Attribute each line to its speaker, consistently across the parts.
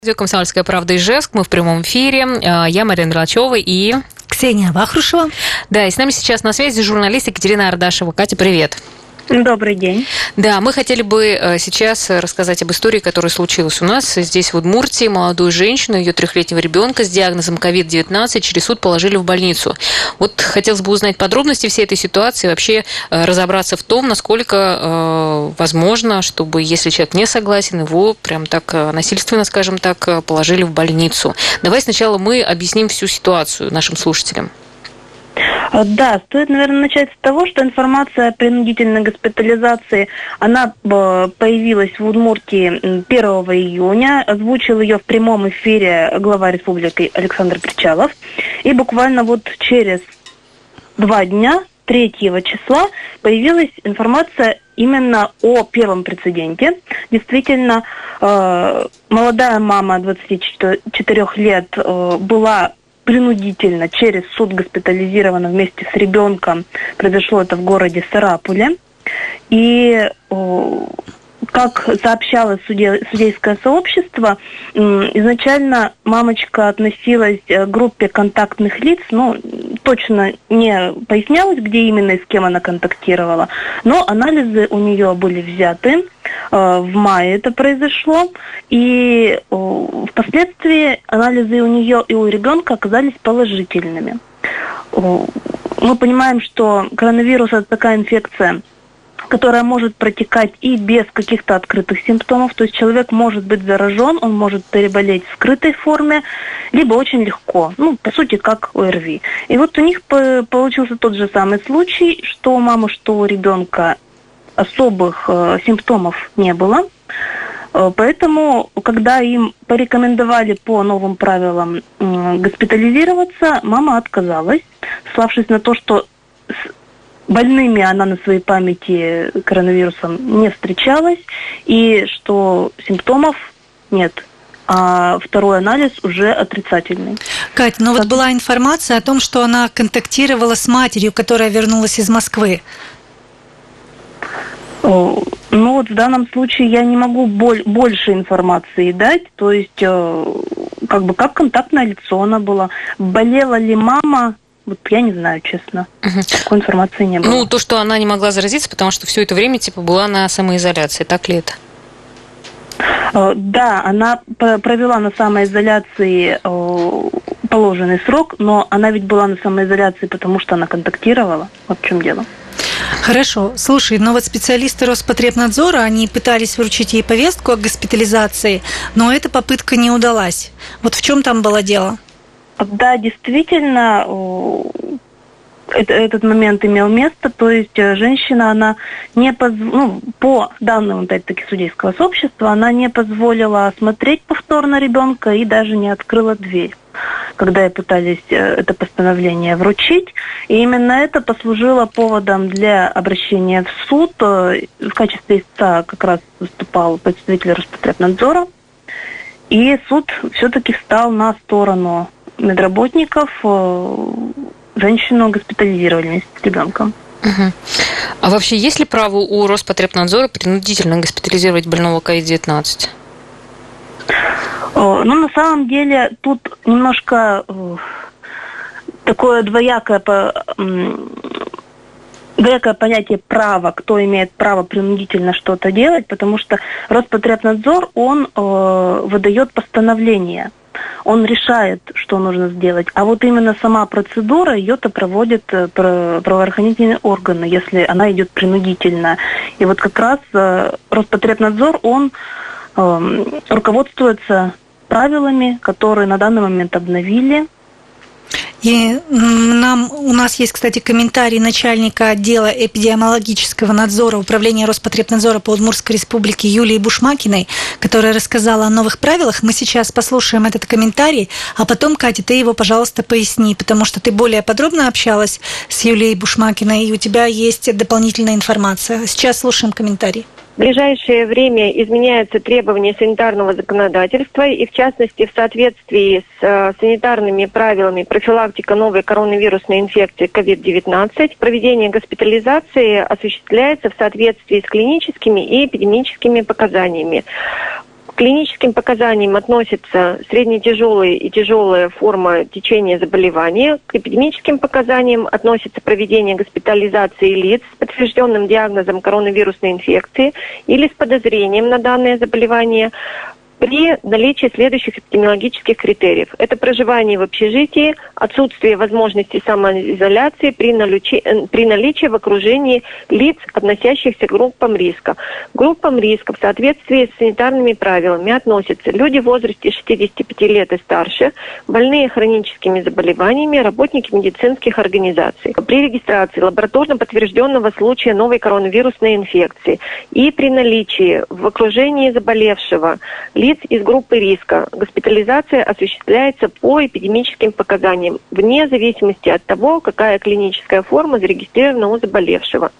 Speaker 1: Радио «Комсомольская правда» Ижевск. Мы в прямом эфире. Я Марина Мерлачева и...
Speaker 2: Ксения Вахрушева.
Speaker 1: Да, и с нами сейчас на связи журналист Екатерина Ардашева. Катя, привет.
Speaker 3: Добрый день.
Speaker 1: Да, мы хотели бы сейчас рассказать об истории, которая случилась у нас здесь, в Удмуртии. Молодую женщину, ее 3-летнего ребенка с диагнозом COVID-19 через суд положили в больницу. Вот хотелось бы узнать подробности всей этой ситуации, вообще разобраться в том, насколько возможно, чтобы, если человек не согласен, его прям так насильственно, скажем так, положили в больницу. Давай сначала мы объясним всю ситуацию нашим слушателям.
Speaker 3: Да, стоит, наверное, начать с того, что информация о принудительной госпитализации, она появилась в Удмуртии 1 июня, озвучил ее в прямом эфире глава республики Александр Причалов, и буквально вот через 2 дня, 3 числа, появилась информация именно о первом прецеденте. Действительно, молодая мама 24 лет была принудительно через суд госпитализирована вместе с ребенком. Произошло это в городе Сарапуле. И как сообщало судейское сообщество, изначально мамочка относилась к группе контактных лиц, точно не пояснялось, где именно и с кем она контактировала, но анализы у нее были взяты, в мае это произошло, и впоследствии анализы у нее и у ребенка оказались положительными. Мы понимаем, что коронавирус – это такая инфекция, которая может протекать и без каких-то открытых симптомов. То есть человек может быть заражен, он может переболеть в скрытой форме, либо очень легко. По сути, как ОРВИ. И вот у них получился тот же самый случай, что у мамы, что у ребенка особых симптомов не было. Поэтому, когда им порекомендовали по новым правилам госпитализироваться, мама отказалась, ссылавшись на то, что больными она на своей памяти коронавирусом не встречалась, и что симптомов нет. А второй анализ уже отрицательный.
Speaker 2: Кать, вот была информация о том, что она контактировала с матерью, которая вернулась из Москвы.
Speaker 3: В данном случае я не могу больше информации дать, то есть как контактное лицо она была. Болела ли мама? Я не знаю, честно. Такой информации не было.
Speaker 1: То, что она не могла заразиться, потому что все это время была на самоизоляции. Так ли это?
Speaker 3: Да, она провела на самоизоляции положенный срок, но она ведь была на самоизоляции, потому что она контактировала. Вот в чем дело.
Speaker 2: Хорошо. Слушай, специалисты Роспотребнадзора, они пытались вручить ей повестку о госпитализации, но эта попытка не удалась. Вот в чем там было дело?
Speaker 3: Да, действительно, этот момент имел место, то есть женщина, она не по данным, опять-таки, судейского сообщества, она не позволила осмотреть повторно ребенка и даже не открыла дверь, когда ей пытались это постановление вручить. И именно это послужило поводом для обращения в суд. В качестве истца как раз выступал представитель Роспотребнадзора, и суд все-таки встал на сторону медработников, женщину госпитализировали вместе с ребенком.
Speaker 1: Угу. А вообще есть ли право у Роспотребнадзора принудительно госпитализировать больного COVID-19?
Speaker 3: На самом деле тут немножко такое двоякое понятие права, кто имеет право принудительно что-то делать, потому что Роспотребнадзор, он выдает постановление. Он решает, что нужно сделать. А вот именно сама процедура, ее-то проводят правоохранительные органы, если она идет принудительно. И вот как раз Роспотребнадзор, он руководствуется правилами, которые на данный момент обновили.
Speaker 2: И у нас есть, кстати, комментарий начальника отдела эпидемиологического надзора Управления Роспотребнадзора по Удмуртской республике Юлии Бушмакиной, которая рассказала о новых правилах. Мы сейчас послушаем этот комментарий, а потом, Катя, ты его, пожалуйста, поясни, потому что ты более подробно общалась с Юлией Бушмакиной, и у тебя есть дополнительная информация. Сейчас слушаем комментарий.
Speaker 4: В ближайшее время изменяются требования санитарного законодательства, и в частности в соответствии с санитарными правилами профилактика новой коронавирусной инфекции COVID-19 проведение госпитализации осуществляется в соответствии с клиническими и эпидемическими показаниями. К клиническим показаниям относятся среднетяжелая и тяжелая форма течения заболевания. К эпидемическим показаниям относится проведение госпитализации лиц с подтвержденным диагнозом коронавирусной инфекции или с подозрением на данное заболевание при наличии следующих эпидемиологических критериев. Это проживание в общежитии, отсутствие возможности самоизоляции при наличии в окружении лиц, относящихся к группам риска. К группам риска в соответствии с санитарными правилами относятся люди в возрасте 65 лет и старше, больные хроническими заболеваниями, работники медицинских организаций. При регистрации лабораторно подтвержденного случая новой коронавирусной инфекции и при наличии в окружении заболевшего лиц из группы риска госпитализация осуществляется по эпидемическим показаниям, вне зависимости от того, какая клиническая форма зарегистрирована у заболевшего.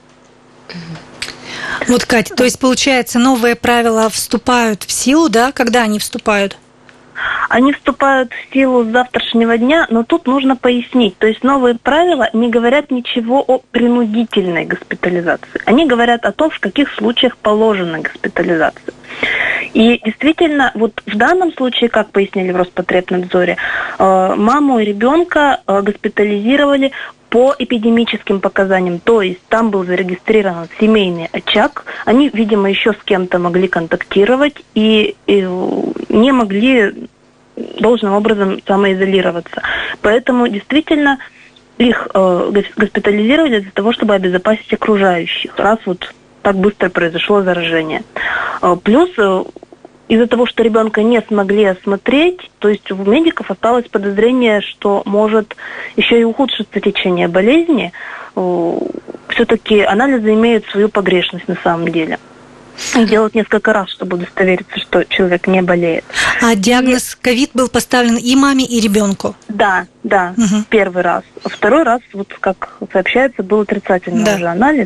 Speaker 2: Вот, Катя, то есть, получается, новые правила вступают в силу, да? Когда они вступают?
Speaker 3: Они вступают в силу с завтрашнего дня, но тут нужно пояснить. То есть новые правила не говорят ничего о принудительной госпитализации. Они говорят о том, в каких случаях положена госпитализация. И действительно, вот в данном случае, как пояснили в Роспотребнадзоре, маму и ребенка госпитализировали по эпидемическим показаниям, то есть там был зарегистрирован семейный очаг, они, видимо, еще с кем-то могли контактировать и не могли должным образом самоизолироваться. Поэтому действительно их госпитализировали для того, чтобы обезопасить окружающих, раз вот так быстро произошло заражение. Плюс из-за того, что ребенка не смогли осмотреть, то есть у медиков осталось подозрение, что может еще и ухудшиться течение болезни. Все-таки анализы имеют свою погрешность на самом деле. И делают несколько раз, чтобы удостовериться, что человек не болеет.
Speaker 2: А диагноз ковид был поставлен и маме, и ребенку?
Speaker 3: Да, первый раз. Второй раз, вот как сообщается, был отрицательный уже анализ.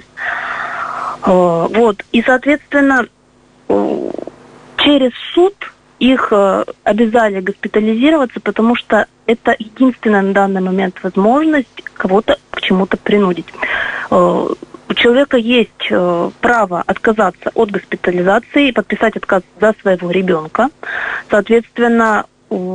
Speaker 3: Вот. И, соответственно, через суд их обязали госпитализироваться, потому что это единственная на данный момент возможность кого-то к чему-то принудить. У человека есть право отказаться от госпитализации, подписать отказ за своего ребенка. Соответственно,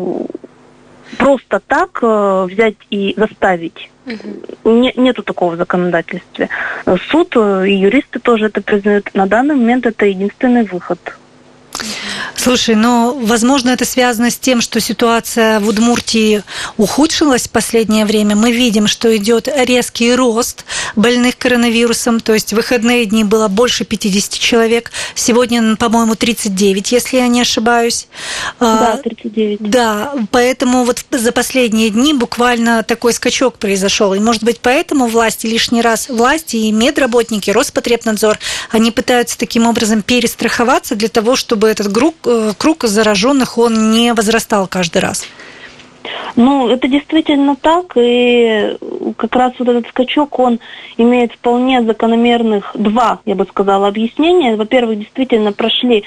Speaker 3: просто так взять и заставить нету такого в законодательстве. Суд и юристы тоже это признают. На данный момент это единственный выход.
Speaker 2: Слушай, но, возможно, это связано с тем, что ситуация в Удмуртии ухудшилась в последнее время. Мы видим, что идет резкий рост больных коронавирусом, то есть в выходные дни было больше 50 человек. Сегодня, по-моему, 39, если я не ошибаюсь.
Speaker 3: Да, 39.
Speaker 2: Да, поэтому вот за последние дни буквально такой скачок произошел. И, может быть, поэтому власти лишний раз, власти и медработники, Роспотребнадзор, они пытаются таким образом перестраховаться для того, чтобы этот круг зараженных, он не возрастал каждый раз.
Speaker 3: Ну, это действительно так, и как раз вот этот скачок, он имеет вполне закономерных два, я бы сказала, объяснения. Во-первых, действительно прошли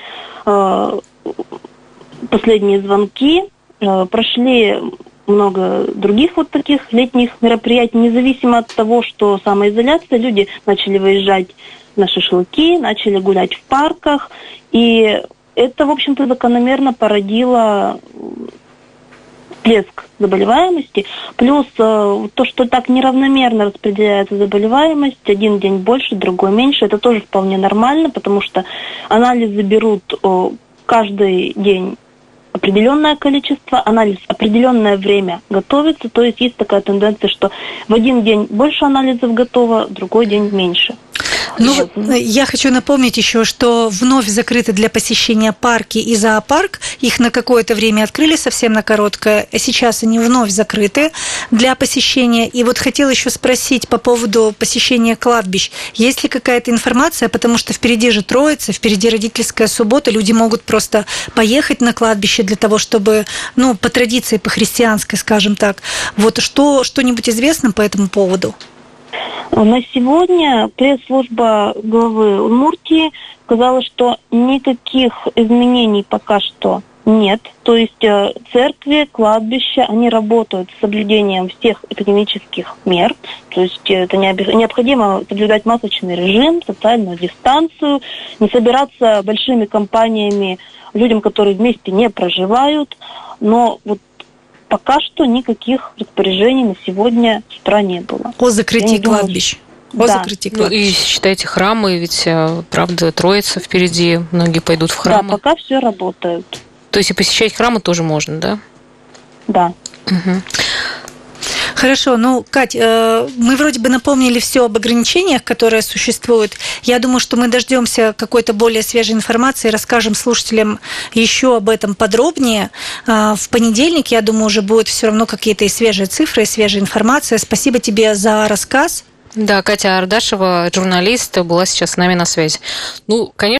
Speaker 3: последние звонки, прошли много других вот таких летних мероприятий, независимо от того, что самоизоляция, люди начали выезжать на шашлыки, начали гулять в парках, и это, в общем-то, закономерно породило всплеск заболеваемости, плюс то, что так неравномерно распределяется заболеваемость, один день больше, другой меньше, это тоже вполне нормально, потому что анализы берут каждый день определенное количество, анализ определенное время готовится, то есть есть такая тенденция, что в один день больше анализов готово, в другой день меньше.
Speaker 2: Ну, я хочу напомнить еще, что вновь закрыты для посещения парки и зоопарк. Их на какое-то время открыли, совсем на короткое. Сейчас они вновь закрыты для посещения. И вот хотела еще спросить по поводу посещения кладбищ. Есть ли какая-то информация? Потому что впереди же Троица, впереди родительская суббота. Люди могут просто поехать на кладбище для того, чтобы, ну, по традиции, по христианской, скажем так. Вот что-нибудь известно по этому поводу?
Speaker 3: На сегодня пресс-служба главы Удмуртии сказала, что никаких изменений пока что Нет, то есть церкви, кладбища, они работают с соблюдением всех эпидемических мер, то есть это необходимо соблюдать масочный режим, социальную дистанцию, не собираться большими компаниями людям, которые вместе не проживают, но вот пока что никаких распоряжений на сегодня с утра не было.
Speaker 2: О закрытии кладбищ.
Speaker 1: Ну и считайте, храмы, ведь, правда, Троица впереди, многие пойдут в храмы.
Speaker 3: Да, пока все работает.
Speaker 1: То есть и посещать храмы тоже можно, да?
Speaker 3: Да.
Speaker 1: Угу.
Speaker 2: Хорошо, ну, Кать, мы вроде бы напомнили все об ограничениях, которые существуют. Я думаю, что мы дождемся какой-то более свежей информации, расскажем слушателям еще об этом подробнее. В понедельник, я думаю, уже будут все равно какие-то и свежие цифры, и свежая информация. Спасибо тебе за рассказ.
Speaker 1: Да, Катя Ардашева, журналист, была сейчас с нами на связи. Ну, конечно.